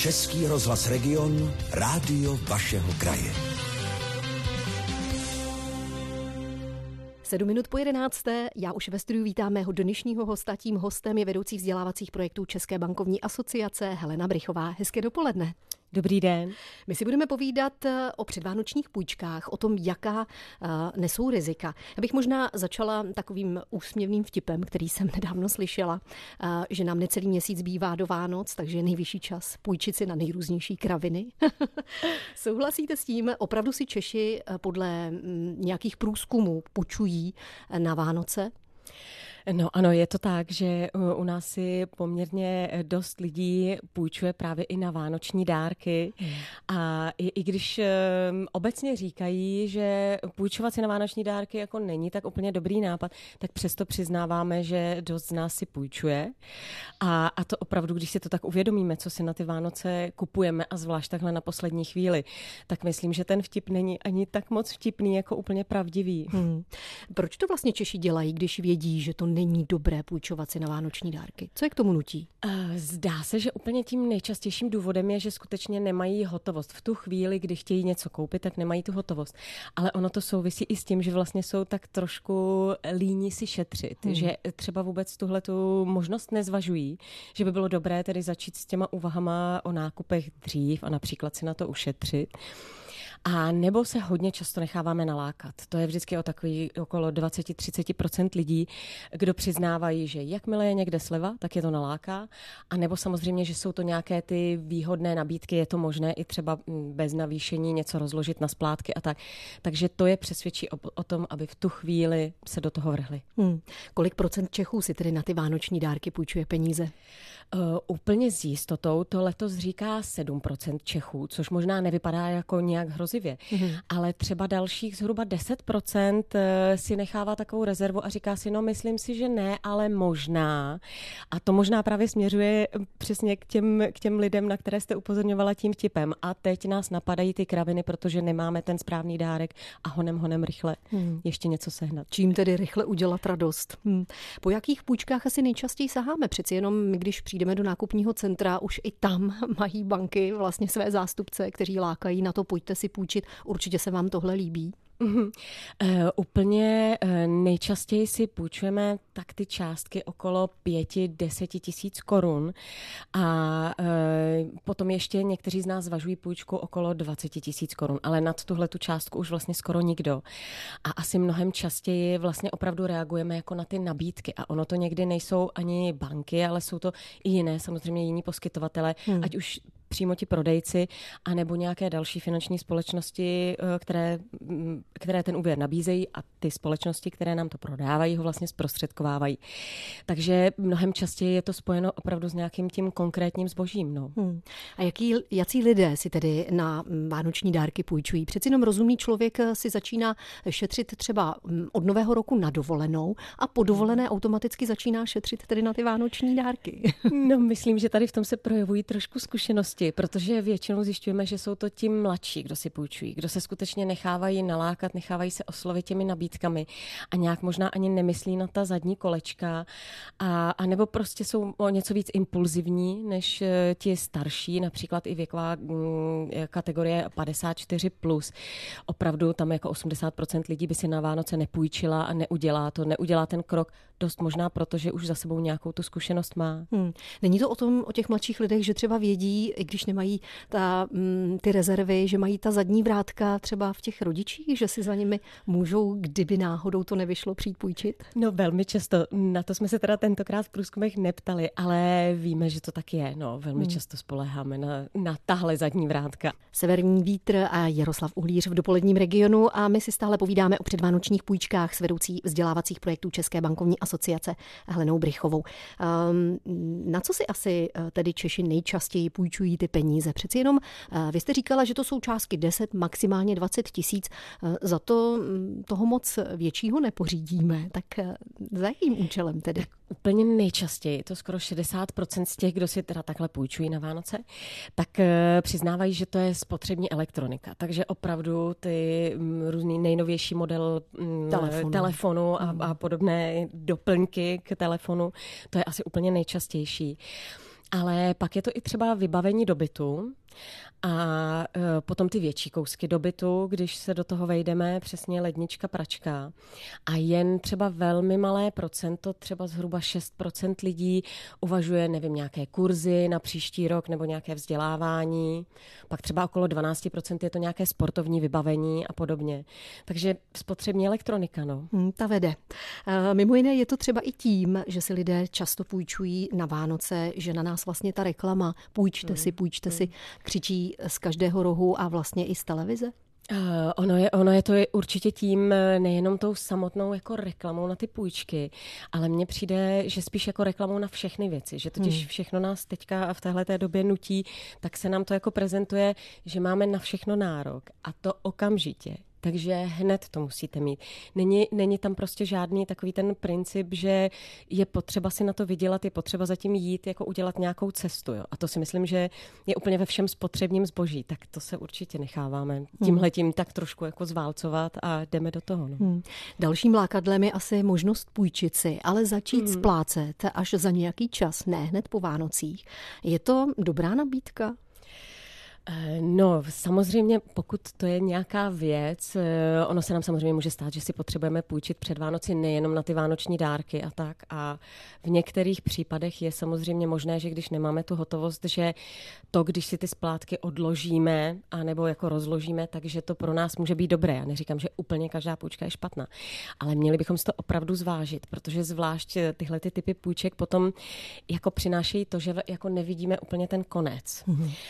Český rozhlas Region, rádio vašeho kraje. 7:07. Já už ve studiu vítám mého dnešního hosta. Tím hostem je vedoucí vzdělávacích projektů České bankovní asociace Helena Brychová. Hezké dopoledne. Dobrý den. My si budeme povídat o předvánočních půjčkách, o tom, jaká nesou rizika. Já bych možná začala takovým úsměvným vtipem, který jsem nedávno slyšela, že nám necelý měsíc bývá do Vánoc, takže je nejvyšší čas půjčit si na nejrůznější kraviny. Souhlasíte s tím? Opravdu si Češi podle nějakých průzkumů půjčují na Vánoce? No ano, je to tak, že u nás si poměrně dost lidí půjčuje právě i na vánoční dárky. A i když obecně říkají, že půjčovat si na vánoční dárky jako není tak úplně dobrý nápad, tak přesto přiznáváme, že dost z nás si půjčuje. A to opravdu, když si to tak uvědomíme, co si na ty Vánoce kupujeme a zvlášť takhle na poslední chvíli, tak myslím, že ten vtip není ani tak moc vtipný, jako úplně pravdivý. Proč to vlastně Češi dělají, když vědí, že to není dobré půjčovat si na vánoční dárky? Co je k tomu nutí? Zdá se, že úplně tím nejčastějším důvodem je, že skutečně nemají hotovost. V tu chvíli, kdy chtějí něco koupit, tak nemají tu hotovost. Ale ono to souvisí i s tím, že vlastně jsou tak trošku líní si šetřit, že třeba vůbec tuhletu možnost nezvažují, že by bylo dobré tedy začít s těma úvahama o nákupech dřív a například si na to ušetřit. A nebo se hodně často necháváme nalákat. To je vždycky o takový okolo 20-30% lidí, kdo přiznávají, že jakmile je někde sleva, tak je to naláká. A nebo samozřejmě, že jsou to nějaké ty výhodné nabídky, je to možné i třeba bez navýšení něco rozložit na splátky a tak. Takže to je přesvědčí o tom, aby v tu chvíli se do toho vrhli. Kolik procent Čechů si tedy na ty vánoční dárky půjčuje peníze? Úplně s jistotou to letos říká 7% Čechů, což možná nevypadá jako nějak hrozivě, ale třeba dalších zhruba 10% si nechává takovou rezervu a říká si, no myslím si, že ne, ale možná. A to možná právě směřuje přesně k těm lidem, na které jste upozorňovala tím vtipem. A teď nás napadají ty kraviny, protože nemáme ten správný dárek a honem rychle ještě něco sehnat. Čím tedy rychle udělat radost? Po jakých půjčkách asi nejčastěji saháme? Přeci jenom my, když přijdeme do nákupního centra, už i tam mají banky vlastně své zástupce, kteří lákají na to, pojďte si půjčit. Určitě se vám tohle líbí. Úplně nejčastěji si půjčujeme tak ty částky okolo 5-10 tisíc korun a potom ještě někteří z nás zvažují půjčku okolo 20 tisíc korun, ale nad tuhle tu částku už vlastně skoro nikdo. A asi mnohem častěji vlastně opravdu reagujeme jako na ty nabídky a ono to někdy nejsou ani banky, ale jsou to i jiné, samozřejmě jiní poskytovatele, ať už přímo ti prodejci, anebo nějaké další finanční společnosti, které ten úvěr nabízejí a ty společnosti, které nám to prodávají, ho vlastně zprostředkovávají. Takže mnohem častěji je to spojeno opravdu s nějakým tím konkrétním zbožím. No. A jací lidé si tedy na vánoční dárky půjčují? Přeci jenom rozumný člověk si začíná šetřit třeba od Nového roku na dovolenou a po dovolené automaticky začíná šetřit tedy na ty vánoční dárky. No, myslím, že tady v tom se projevují trošku zkušenosti, protože většinou zjišťujeme, že jsou to ti mladší, kdo si půjčují, kdo se skutečně nechávají nalákat, nechávají se oslovit těmi nabídkami a nějak možná ani nemyslí na ta zadní kolečka a nebo prostě jsou o něco víc impulzivní než ti starší, například i věková kategorie 54+. Opravdu tam jako 80% lidí by si na Vánoce nepůjčila a neudělá ten krok dost možná, protože už za sebou nějakou tu zkušenost má. Není to o těch mladších lidech, že třeba vědí, i když nemají ty rezervy, že mají ta zadní vrátka třeba v těch rodičích, že si za nimi můžou, kdyby náhodou to nevyšlo, přijít půjčit? No velmi často. Na to jsme se teda tentokrát v průzkumech neptali, ale víme, že to tak je. No, velmi často spoléháme na tahle zadní vrátka. Severní vítr a Jaroslav Uhlíř v dopoledním Regionu a my si stále povídáme o předvánočních půjčkách s vedoucí vzdělávacích projektů České bankovní asociace Helenou Brychovou. Na co si asi tedy Češi nejčastěji půjčují ty peníze? Přeci jenom vy jste říkala, že to jsou částky 10, maximálně 20 tisíc. Za to toho moc většího nepořídíme. Tak za jakým účelem tedy? Tak úplně nejčastěji, to skoro 60% z těch, kdo si teda takhle půjčují na Vánoce, tak přiznávají, že to je spotřební elektronika. Takže opravdu ty různý nejnovější model telefonu a podobné doplňky k telefonu, to je asi úplně nejčastější. Ale pak je to i třeba vybavení do bytu a potom ty větší kousky do bytu, když se do toho vejdeme, přesně lednička, pračka. A jen třeba velmi malé procento, třeba zhruba 6% lidí uvažuje, nevím, nějaké kurzy na příští rok nebo nějaké vzdělávání. Pak třeba okolo 12% je to nějaké sportovní vybavení a podobně. Takže spotřební elektronika, no. Ta vede. Mimo jiné je to třeba i tím, že si lidé často půjčují na Vánoce, že na nás vlastně ta reklama půjčte si, křičí z každého rohu a vlastně i z televize? Ono je to určitě tím, nejenom tou samotnou jako reklamou na ty půjčky, ale mně přijde, že spíš jako reklamou na všechny věci, že totiž všechno nás teďka v téhleté době nutí, tak se nám to jako prezentuje, že máme na všechno nárok a to okamžitě. Takže hned to musíte mít. Není tam prostě žádný takový ten princip, že je potřeba si na to vydělat, je potřeba zatím jít, jako udělat nějakou cestu. Jo. A to si myslím, že je úplně ve všem spotřebním zboží. Tak to se určitě necháváme tímhletím tak trošku jako zválcovat a jdeme do toho. No. Dalším lákadlem je asi možnost půjčit si, ale začít splácet až za nějaký čas, ne hned po Vánocích. Je to dobrá nabídka? No, samozřejmě, pokud to je nějaká věc, ono se nám samozřejmě může stát, že si potřebujeme půjčit před Vánoci nejenom na ty vánoční dárky a tak. A v některých případech je samozřejmě možné, že když nemáme tu hotovost, že to, když si ty splátky odložíme anebo jako rozložíme, takže to pro nás může být dobré. Já neříkám, že úplně každá půjčka je špatná, ale měli bychom si to opravdu zvážit, protože zvlášť tyhle ty typy půjček potom jako přinášejí to, že jako nevidíme úplně ten konec.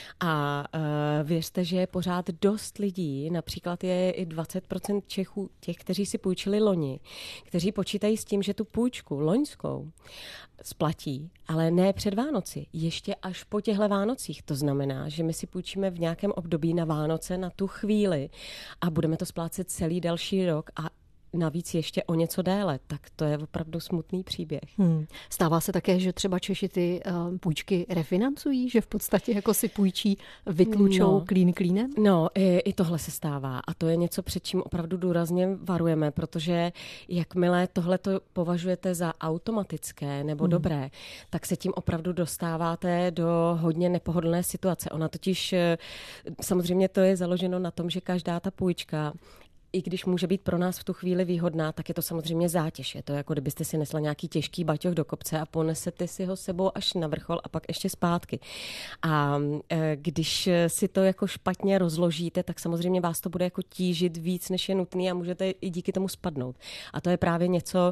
A věřte, že je pořád dost lidí, například je i 20% Čechů, těch, kteří si půjčili loni, kteří počítají s tím, že tu půjčku loňskou splatí, ale ne před Vánoci, ještě až po těchto Vánocích. To znamená, že my si půjčíme v nějakém období na Vánoce na tu chvíli a budeme to splácet celý další rok a navíc ještě o něco déle, tak to je opravdu smutný příběh. Stává se také, že třeba Češi ty půjčky refinancují, že v podstatě jako si půjčí, vytlučou klín klínem? No, i tohle se stává a to je něco, před čím opravdu důrazně varujeme, protože jakmile tohle to považujete za automatické nebo dobré, tak se tím opravdu dostáváte do hodně nepohodlné situace. Ona totiž, samozřejmě to je založeno na tom, že každá ta půjčka, i když může být pro nás v tu chvíli výhodná, tak je to samozřejmě zátěž. Je to jako kdybyste si nesla nějaký těžký baťoh do kopce a ponesete si ho sebou až na vrchol a pak ještě zpátky. A když si to jako špatně rozložíte, tak samozřejmě vás to bude jako tížit víc, než je nutný a můžete i díky tomu spadnout. A to je právě něco,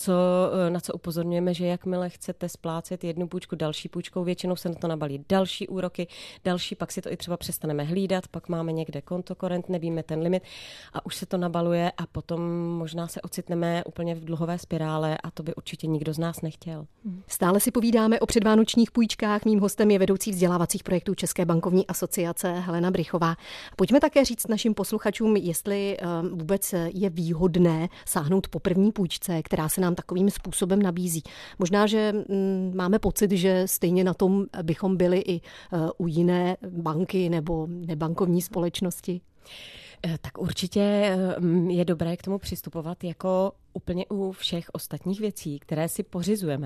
na co upozorňujeme, že jakmile chcete splácet jednu půjčku další půjčkou, většinou se na to nabalí další úroky, další, pak si to i třeba přestaneme hlídat, pak máme někde kontokorent, nevíme ten limit a už se to nabaluje a potom možná se ocitneme úplně v dluhové spirále a to by určitě nikdo z nás nechtěl. Stále si povídáme o předvánočních půjčkách. Mým hostem je vedoucí vzdělávacích projektů České bankovní asociace Helena Brychová. Pojďme také říct našim posluchačům, jestli vůbec je výhodné sáhnout po první půjčce, která se nám takovým způsobem nabízí. Možná, že máme pocit, že stejně na tom bychom byli i u jiné banky nebo nebankovní společnosti. Tak určitě je dobré k tomu přistupovat jako úplně u všech ostatních věcí, které si pořizujeme.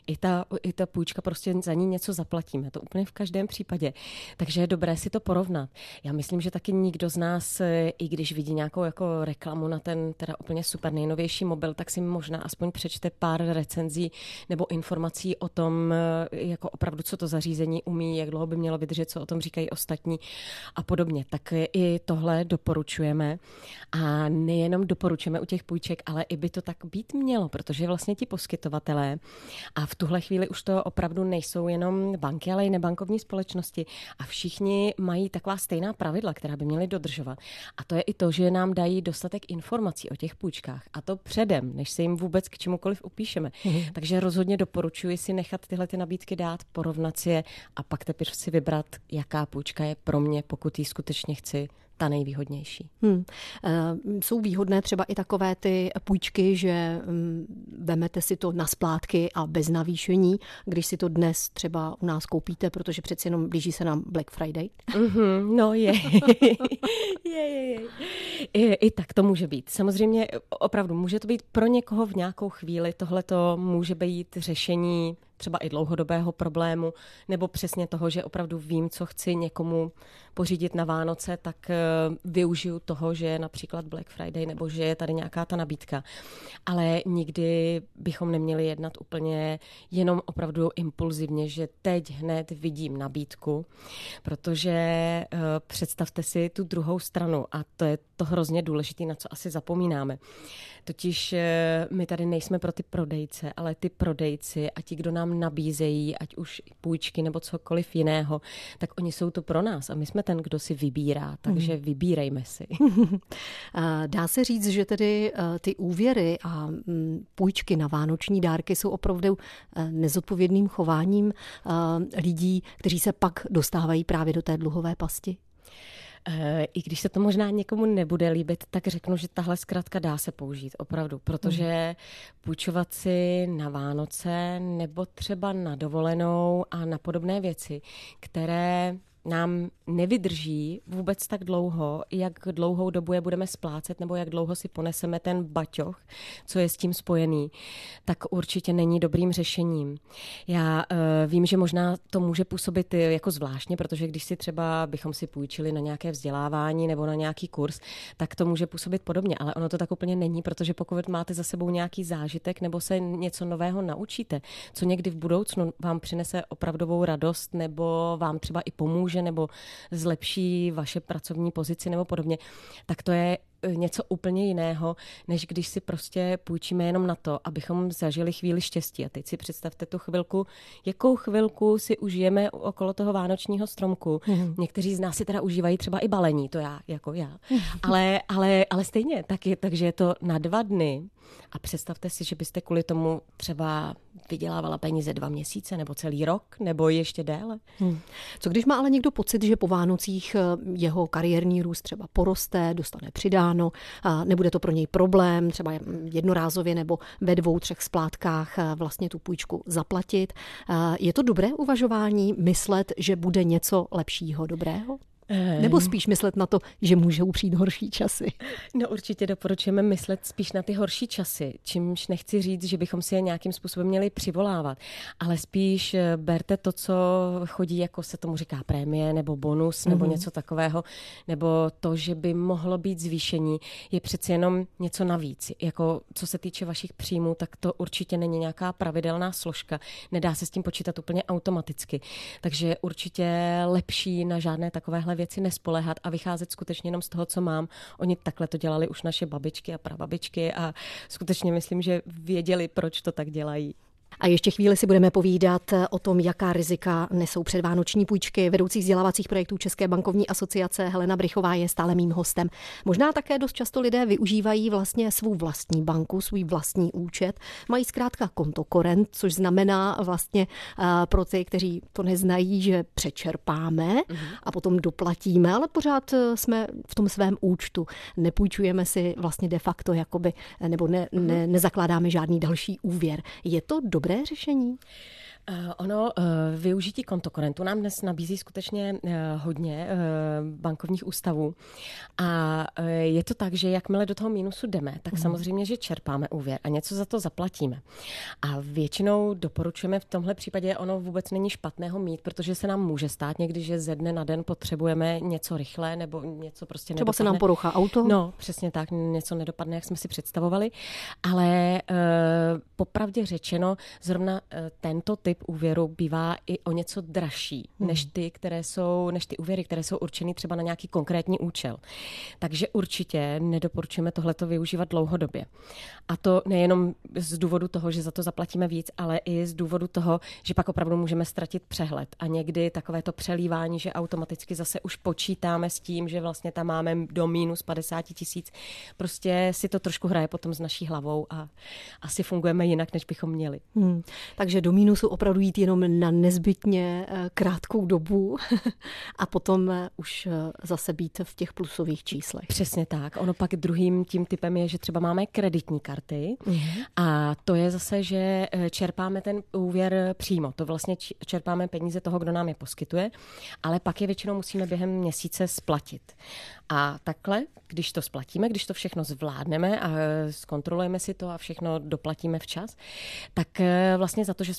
I ta půjčka, prostě za ní něco zaplatíme, to úplně v každém případě. Takže je dobré si to porovnat. Já myslím, že taky nikdo z nás, i když vidí nějakou jako reklamu na ten teda úplně super nejnovější mobil, tak si možná aspoň přečte pár recenzí nebo informací o tom, jako opravdu, co to zařízení umí, jak dlouho by mělo vydržet, co o tom říkají ostatní a podobně. Tak i tohle doporučujeme. A nejenom doporučujeme u těch půjček, ale i by to tak být mělo, protože vlastně ti poskytovatelé a v tuhle chvíli už to opravdu nejsou jenom banky, ale i nebankovní společnosti a všichni mají taková stejná pravidla, která by měli dodržovat. A to je i to, že nám dají dostatek informací o těch půjčkách a to předem, než se jim vůbec k čemukoliv upíšeme. Takže rozhodně doporučuji si nechat tyhle ty nabídky dát, porovnat si je a pak teprve si vybrat, jaká půjčka je pro mě, pokud ji skutečně chci, ta nejvýhodnější. Jsou výhodné třeba i takové ty půjčky, že vemete si to na splátky a bez navýšení, když si to dnes třeba u nás koupíte, protože přeci jenom blíží se nám Black Friday. No je. I tak to může být. Samozřejmě opravdu může to být pro někoho v nějakou chvíli, tohle to může být řešení třeba i dlouhodobého problému, nebo přesně toho, že opravdu vím, co chci někomu pořídit na Vánoce, tak využiju toho, že je například Black Friday nebo že je tady nějaká ta nabídka. Ale nikdy bychom neměli jednat úplně jenom opravdu impulzivně, že teď hned vidím nabídku, protože představte si tu druhou stranu a to je to hrozně důležité, na co asi zapomínáme. Totiž my tady nejsme pro ty prodejce, ale ty prodejci a ti, kdo nám nabízejí, ať už půjčky nebo cokoliv jiného, tak oni jsou to pro nás a my jsme ten, kdo si vybírá, takže vybírejme si. Dá se říct, že tedy ty úvěry a půjčky na vánoční dárky jsou opravdu nezodpovědným chováním lidí, kteří se pak dostávají právě do té dluhové pasti? I když se to možná někomu nebude líbit, tak řeknu, že tahle zkratka dá se použít opravdu, protože půjčovat si na Vánoce nebo třeba na dovolenou a na podobné věci, které nám nevydrží vůbec tak dlouho, jak dlouhou dobu je budeme splácet nebo jak dlouho si poneseme ten baťoch, co je s tím spojený, tak určitě není dobrým řešením. Já vím, že možná to může působit jako zvláštně, protože když si třeba bychom si půjčili na nějaké vzdělávání nebo na nějaký kurz, tak to může působit podobně, ale ono to tak úplně není, protože pokud máte za sebou nějaký zážitek nebo se něco nového naučíte, co někdy v budoucnu vám přinese opravdovou radost nebo vám třeba i pomůže nebo zlepší vaše pracovní pozici nebo podobně, tak to je něco úplně jiného, než když si prostě půjčíme jenom na to, abychom zažili chvíli štěstí. A teď si představte tu chvilku, jakou chvilku si užijeme okolo toho vánočního stromku. Někteří z nás si teda užívají třeba i balení, to já. Ale stejně, takže je to na 2 dny. A představte si, že byste kvůli tomu třeba vydělávala peníze 2 měsíce, nebo celý rok, nebo ještě déle. Co když má ale někdo pocit, že po Vánocích jeho kariérní růst třeba poroste, dostane přidáno, nebude to pro něj problém, třeba jednorázově nebo ve 2-3 splátkách vlastně tu půjčku zaplatit. Je to dobré uvažování myslet, že bude něco lepšího, dobrého? Nebo spíš myslet na to, že můžou přijít horší časy? No určitě doporučujeme myslet spíš na ty horší časy, čímž nechci říct, že bychom si je nějakým způsobem měli přivolávat, ale spíš berte to, co chodí, jako se tomu říká prémie nebo bonus nebo něco takového, nebo to, že by mohlo být zvýšení, je přeci jenom něco navíc. Jako co se týče vašich příjmů, tak to určitě není nějaká pravidelná složka, nedá se s tím počítat úplně automaticky, takže určitě lepší na žádné takovéhle věci nespoléhat a vycházet skutečně jenom z toho, co mám. Oni takhle to dělali už naše babičky a prababičky a skutečně myslím, že věděli, proč to tak dělají. A ještě chvíli si budeme povídat o tom, jaká rizika nesou předvánoční půjčky. Vedoucí vzdělávacích projektů České bankovní asociace Helena Brychová je stále mým hostem. Možná také dost často lidé využívají vlastně svou vlastní banku, svůj vlastní účet. Mají zkrátka konto korent, což znamená vlastně pro ty, kteří to neznají, že přečerpáme a potom doplatíme, ale pořád jsme v tom svém účtu. Nepůjčujeme si vlastně de facto jakoby, nebo nezakládáme žádný další úvěr. Je to dobré řešení? Využití kontokorentu nám dnes nabízí skutečně hodně bankovních ústavů a je to tak, že jakmile do toho mínusu jdeme, tak samozřejmě, že čerpáme úvěr a něco za to zaplatíme. A většinou doporučujeme v tomhle případě, ono vůbec není špatného mít, protože se nám může stát někdy, že ze dne na den potřebujeme něco rychle nebo něco prostě nedopadne. Třeba se nám poruchá auto? No, přesně tak, něco nedopadne, jak jsme si představovali, ale popravdě řečeno, zrovna tento typ úvěru bývá i o něco dražší než ty úvěry, které jsou určeny třeba na nějaký konkrétní účel. Takže určitě nedoporučujeme tohleto využívat dlouhodobě. A to nejenom z důvodu toho, že za to zaplatíme víc, ale i z důvodu toho, že pak opravdu můžeme ztratit přehled. A někdy takové to přelívání, že automaticky zase už počítáme s tím, že vlastně tam máme do minus 50 000. Prostě si to trošku hraje potom s naší hlavou a asi fungujeme jinak, než bychom měli. Takže do mínusu opravdu jít jenom na nezbytně krátkou dobu a potom už zase být v těch plusových číslech. Přesně tak. Ono pak druhým tím typem je, že třeba máme kreditní karty a to je zase, že čerpáme ten úvěr přímo. To vlastně čerpáme peníze toho, kdo nám je poskytuje, ale pak je většinou musíme během měsíce splatit. A takhle, když to splatíme, když to všechno zvládneme a zkontrolujeme si to a všechno doplatíme včas, tak vlastně za to, že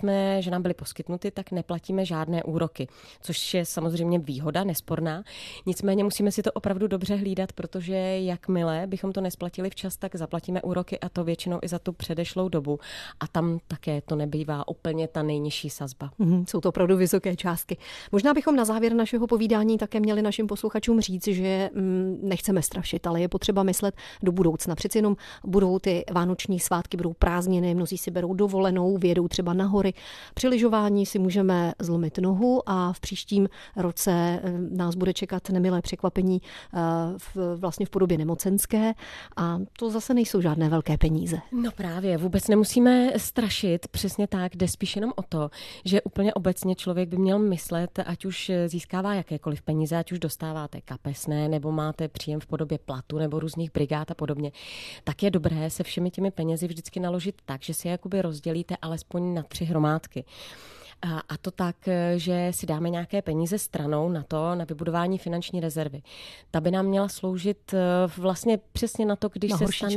že nám byly poskytnuty, tak neplatíme žádné úroky, což je samozřejmě výhoda, nesporná. Nicméně musíme si to opravdu dobře hlídat, protože jakmile bychom to nesplatili včas, tak zaplatíme úroky a to většinou i za tu předešlou dobu. A tam také to nebývá úplně ta nejnižší sazba. Jsou to opravdu vysoké částky. Možná bychom na závěr našeho povídání také měli našim posluchačům říct, že nechceme strašit, ale je potřeba myslet do budoucna. Přeci jenom budou ty vánoční svátky, budou prázdniny, mnozí si berou dovolenou, vyjedou třeba na hory. Při lyžování si můžeme zlomit nohu a v příštím roce nás bude čekat nemilé překvapení vlastně v podobě nemocenské a to zase nejsou žádné velké peníze. No právě, vůbec nemusíme strašit, přesně tak, jde spíš jenom o to, že úplně obecně člověk by měl myslet, ať už získává jakékoliv peníze, ať už dostáváte kapesné, nebo máte příjem v podobě platu nebo různých brigád a podobně, tak je dobré se všemi těmi penězi vždycky naložit tak, že si je jakoby rozdělíte alespoň na 3 hromádky. A to tak, že si dáme nějaké peníze stranou na vybudování finanční rezervy. Ta by nám měla sloužit vlastně přesně na to, když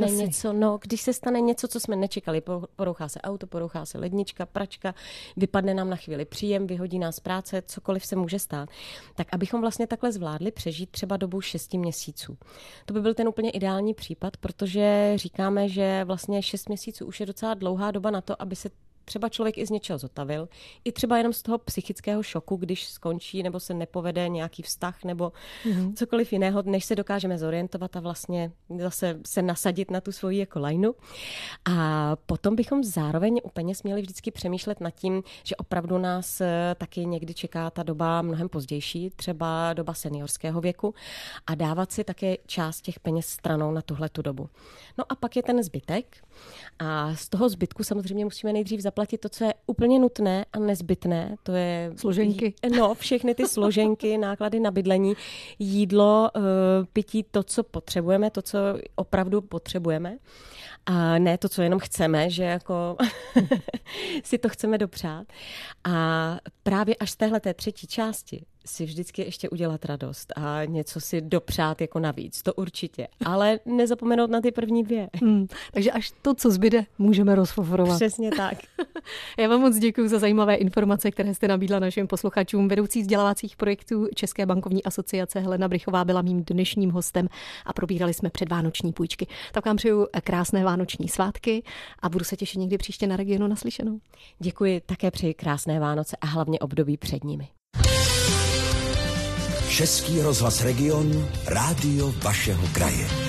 se stane něco, co jsme nečekali. Porouchá se auto, porouchá se lednička, pračka, vypadne nám na chvíli příjem, vyhodí nás z práce, cokoliv se může stát. Tak abychom vlastně takhle zvládli přežít třeba dobu 6 měsíců. To by byl ten úplně ideální případ, protože říkáme, že vlastně 6 měsíců už je docela dlouhá doba na to, aby se třeba člověk i z něčeho zotavil, i třeba jenom z toho psychického šoku, když skončí nebo se nepovede nějaký vztah nebo cokoliv jiného, než se dokážeme zorientovat a vlastně zase se nasadit na tu svoji jako lajnu. A potom bychom zároveň u peněz měli vždycky přemýšlet nad tím, že opravdu nás taky někdy čeká ta doba mnohem pozdější, třeba doba seniorského věku a dávat si také část těch peněz stranou na tuhletu dobu. No a pak je ten zbytek a z toho zbytku samozřejmě musíme nejdřív zaplatit to, co je úplně nutné a nezbytné, to je složenky. No, všechny ty složenky, náklady na bydlení, jídlo, pití, to, co potřebujeme, to, co opravdu potřebujeme. A ne to, co jenom chceme, že jako si to chceme dopřát. A právě až z téhleté třetí části si vždycky ještě udělat radost a něco si dopřát jako navíc, to určitě. Ale nezapomenout na ty první 2. Takže až to, co zbyde, můžeme rozfoforovat. Přesně tak. Já vám moc děkuji za zajímavé informace, které jste nabídla našim posluchačům. Vedoucí vzdělávacích projektů České bankovní asociace Helena Brychová byla mým dnešním hostem a probírali jsme předvánoční půjčky. Tak vám přeju krásné vánoční svátky a budu se těšit někdy příště na Regionu naslyšenou. Děkuji, také přeji krásné Vánoce a hlavně období před nimi. Český rozhlas Region, rádio vašeho kraje.